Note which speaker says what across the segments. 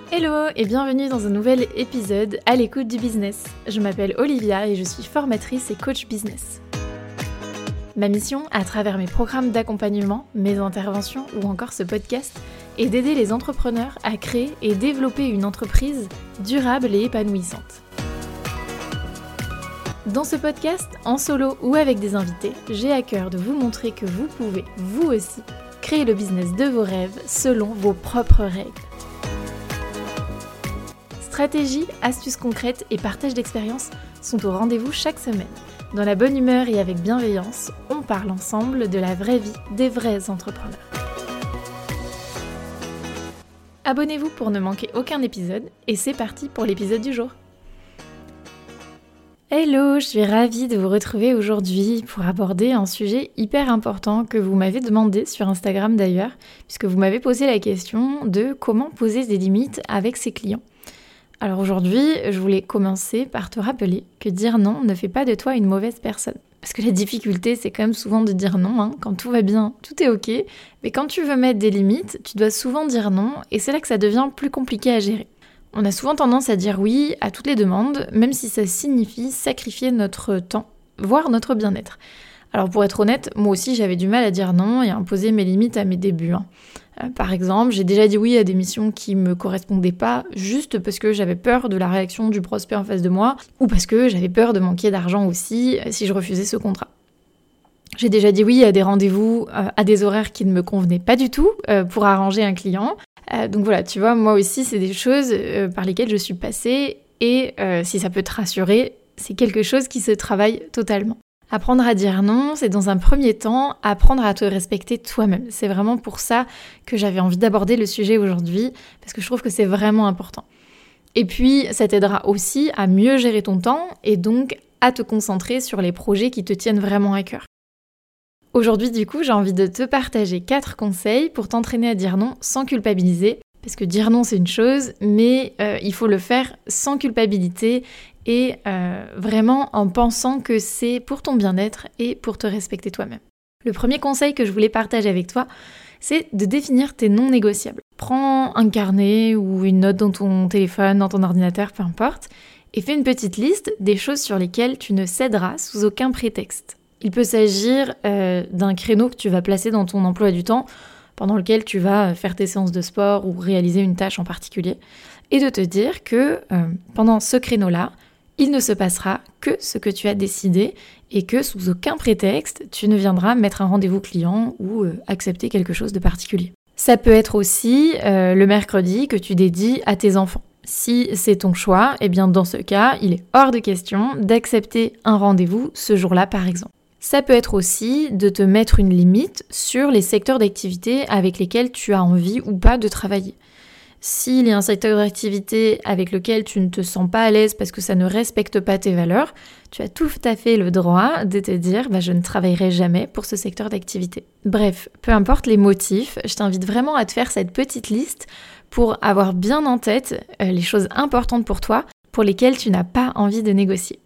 Speaker 1: Hello et bienvenue dans un nouvel épisode à l'écoute du business. Je m'appelle Olivia et je suis formatrice et coach business. Ma mission, à travers mes programmes d'accompagnement, mes interventions ou encore ce podcast, est d'aider les entrepreneurs à créer et développer une entreprise durable et épanouissante. Dans ce podcast, en solo ou avec des invités, j'ai à cœur de vous montrer que vous pouvez, vous aussi, créer le business de vos rêves selon vos propres règles. Stratégies, astuces concrètes et partage d'expériences sont au rendez-vous chaque semaine. Dans la bonne humeur et avec bienveillance, on parle ensemble de la vraie vie des vrais entrepreneurs. Abonnez-vous pour ne manquer aucun épisode et c'est parti pour l'épisode du jour. Hello, je suis ravie de vous retrouver aujourd'hui pour aborder un sujet hyper important que vous m'avez demandé sur Instagram d'ailleurs, puisque vous m'avez posé la question de comment poser des limites avec ses clients. Alors aujourd'hui, je voulais commencer par te rappeler que dire non ne fait pas de toi une mauvaise personne. Parce que la difficulté, c'est quand même souvent de dire non, quand tout va bien, tout est ok, mais quand tu veux mettre des limites, tu dois souvent dire non, et c'est là que ça devient plus compliqué à gérer. On a souvent tendance à dire oui à toutes les demandes, même si ça signifie sacrifier notre temps, voire notre bien-être. Alors pour être honnête, moi aussi j'avais du mal à dire non et à imposer mes limites à mes débuts. Par exemple, j'ai déjà dit oui à des missions qui me correspondaient pas, juste parce que j'avais peur de la réaction du prospect en face de moi, ou parce que j'avais peur de manquer d'argent aussi si je refusais ce contrat. J'ai déjà dit oui à des rendez-vous, à des horaires qui ne me convenaient pas du tout, pour arranger un client. Donc voilà, tu vois, moi aussi c'est des choses par lesquelles je suis passée, et si ça peut te rassurer, c'est quelque chose qui se travaille totalement. Apprendre à dire non, c'est dans un premier temps apprendre à te respecter toi-même. C'est vraiment pour ça que j'avais envie d'aborder le sujet aujourd'hui, parce que je trouve que c'est vraiment important. Et puis, ça t'aidera aussi à mieux gérer ton temps et donc à te concentrer sur les projets qui te tiennent vraiment à cœur. Aujourd'hui, du coup, j'ai envie de te partager 4 conseils pour t'entraîner à dire non sans culpabiliser. Parce que dire non, c'est une chose, mais il faut le faire sans culpabilité et vraiment en pensant que c'est pour ton bien-être et pour te respecter toi-même. Le premier conseil que je voulais partager avec toi, c'est de définir tes non négociables. Prends un carnet ou une note dans ton téléphone, dans ton ordinateur, peu importe, et fais une petite liste des choses sur lesquelles tu ne céderas sous aucun prétexte. Il peut s'agir d'un créneau que tu vas placer dans ton emploi du temps, pendant lequel tu vas faire tes séances de sport ou réaliser une tâche en particulier, et de te dire que pendant ce créneau-là, il ne se passera que ce que tu as décidé et que sous aucun prétexte, tu ne viendras mettre un rendez-vous client ou accepter quelque chose de particulier. Ça peut être aussi le mercredi que tu dédies à tes enfants. Si c'est ton choix, eh bien dans ce cas, il est hors de question d'accepter un rendez-vous ce jour-là par exemple. Ça peut être aussi de te mettre une limite sur les secteurs d'activité avec lesquels tu as envie ou pas de travailler. S'il y a un secteur d'activité avec lequel tu ne te sens pas à l'aise parce que ça ne respecte pas tes valeurs, tu as tout à fait le droit de te dire je ne travaillerai jamais pour ce secteur d'activité. Bref, peu importe les motifs, je t'invite vraiment à te faire cette petite liste pour avoir bien en tête les choses importantes pour toi pour lesquelles tu n'as pas envie de négocier.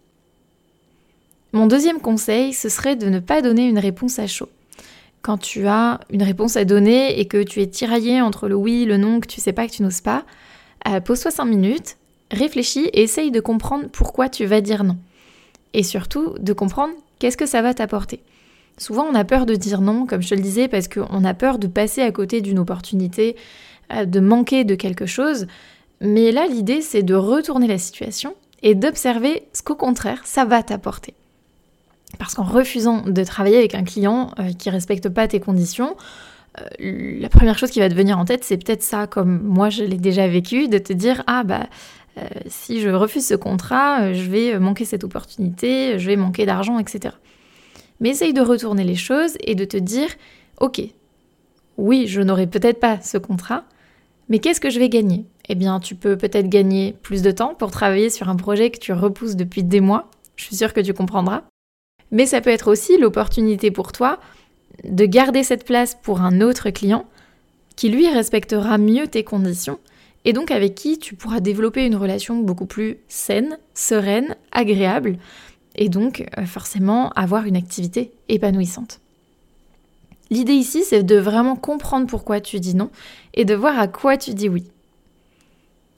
Speaker 1: Mon deuxième conseil, ce serait de ne pas donner une réponse à chaud. Quand tu as une réponse à donner et que tu es tiraillé entre le oui, le non, que tu sais pas, que tu n'oses pas, pose-toi 5 minutes, réfléchis et essaye de comprendre pourquoi tu vas dire non. Et surtout, de comprendre qu'est-ce que ça va t'apporter. Souvent, on a peur de dire non, comme je te le disais, parce qu'on a peur de passer à côté d'une opportunité, de manquer de quelque chose. Mais là, l'idée, c'est de retourner la situation et d'observer ce qu'au contraire, ça va t'apporter. Parce qu'en refusant de travailler avec un client qui ne respecte pas tes conditions, la première chose qui va te venir en tête, c'est peut-être ça, comme moi je l'ai déjà vécu, de te dire « si je refuse ce contrat, je vais manquer cette opportunité, je vais manquer d'argent, etc. » Mais essaye de retourner les choses et de te dire « Ok, oui, je n'aurai peut-être pas ce contrat, mais qu'est-ce que je vais gagner ?» Eh bien, tu peux peut-être gagner plus de temps pour travailler sur un projet que tu repousses depuis des mois, je suis sûre que tu comprendras. Mais ça peut être aussi l'opportunité pour toi de garder cette place pour un autre client qui lui respectera mieux tes conditions et donc avec qui tu pourras développer une relation beaucoup plus saine, sereine, agréable et donc forcément avoir une activité épanouissante. L'idée ici, c'est de vraiment comprendre pourquoi tu dis non et de voir à quoi tu dis oui.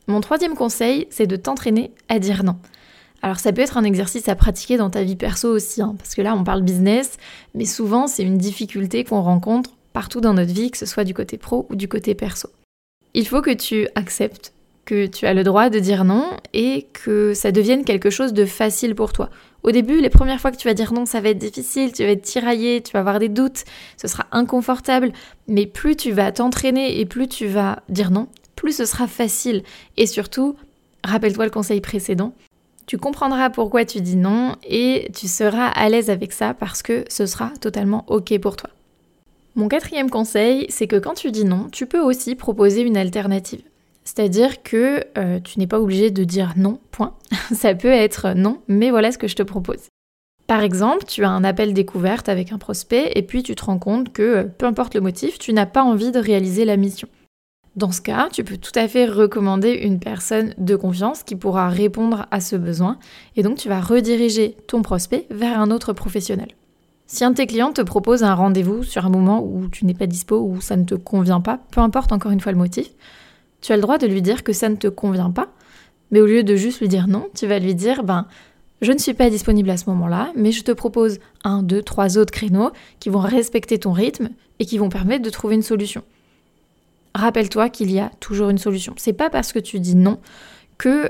Speaker 1: Mon troisième conseil, c'est de t'entraîner à dire non. Alors ça peut être un exercice à pratiquer dans ta vie perso aussi, parce que là on parle business, mais souvent c'est une difficulté qu'on rencontre partout dans notre vie, que ce soit du côté pro ou du côté perso. Il faut que tu acceptes que tu as le droit de dire non et que ça devienne quelque chose de facile pour toi. Au début, les premières fois que tu vas dire non, ça va être difficile, tu vas être tiraillé, tu vas avoir des doutes, ce sera inconfortable, mais plus tu vas t'entraîner et plus tu vas dire non, plus ce sera facile. Et surtout, rappelle-toi le conseil précédent, tu comprendras pourquoi tu dis non et tu seras à l'aise avec ça parce que ce sera totalement ok pour toi. Mon quatrième conseil, c'est que quand tu dis non, tu peux aussi proposer une alternative. C'est-à-dire que tu n'es pas obligé de dire non, point. Ça peut être non, mais voilà ce que je te propose. Par exemple, tu as un appel découverte avec un prospect et puis tu te rends compte que, peu importe le motif, tu n'as pas envie de réaliser la mission. Dans ce cas, tu peux tout à fait recommander une personne de confiance qui pourra répondre à ce besoin et donc tu vas rediriger ton prospect vers un autre professionnel. Si un de tes clients te propose un rendez-vous sur un moment où tu n'es pas dispo ou ça ne te convient pas, peu importe encore une fois le motif, tu as le droit de lui dire que ça ne te convient pas, mais au lieu de juste lui dire non, tu vas lui dire je ne suis pas disponible à ce moment-là, mais je te propose 1, 2, 3 autres créneaux qui vont respecter ton rythme et qui vont permettre de trouver une solution. Rappelle-toi qu'il y a toujours une solution. C'est pas parce que tu dis non que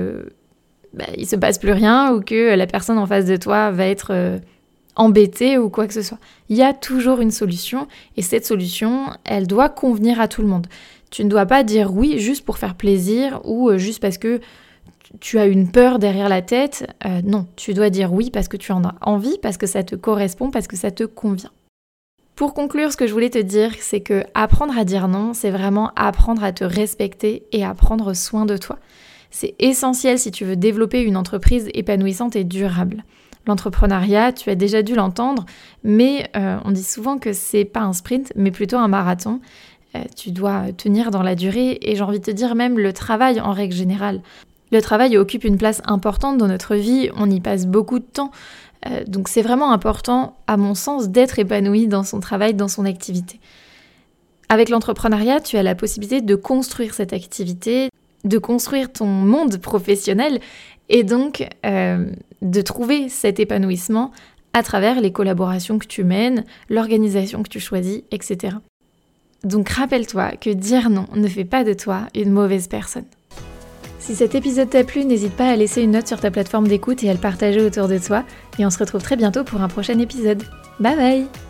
Speaker 1: il se passe plus rien ou que la personne en face de toi va être embêtée ou quoi que ce soit. Il y a toujours une solution et cette solution, elle doit convenir à tout le monde. Tu ne dois pas dire oui juste pour faire plaisir ou juste parce que tu as une peur derrière la tête. Non, tu dois dire oui parce que tu en as envie, parce que ça te correspond, parce que ça te convient. Pour conclure, ce que je voulais te dire, c'est que apprendre à dire non, c'est vraiment apprendre à te respecter et à prendre soin de toi. C'est essentiel si tu veux développer une entreprise épanouissante et durable. L'entrepreneuriat, tu as déjà dû l'entendre, mais on dit souvent que c'est pas un sprint, mais plutôt un marathon. Tu dois tenir dans la durée et j'ai envie de te dire même le travail en règle générale. Le travail occupe une place importante dans notre vie, on y passe beaucoup de temps. Donc c'est vraiment important, à mon sens, d'être épanoui dans son travail, dans son activité. Avec l'entrepreneuriat, tu as la possibilité de construire cette activité, de construire ton monde professionnel et donc de trouver cet épanouissement à travers les collaborations que tu mènes, l'organisation que tu choisis, etc. Donc rappelle-toi que dire non ne fait pas de toi une mauvaise personne. Si cet épisode t'a plu, n'hésite pas à laisser une note sur ta plateforme d'écoute et à le partager autour de toi. Et on se retrouve très bientôt pour un prochain épisode. Bye bye!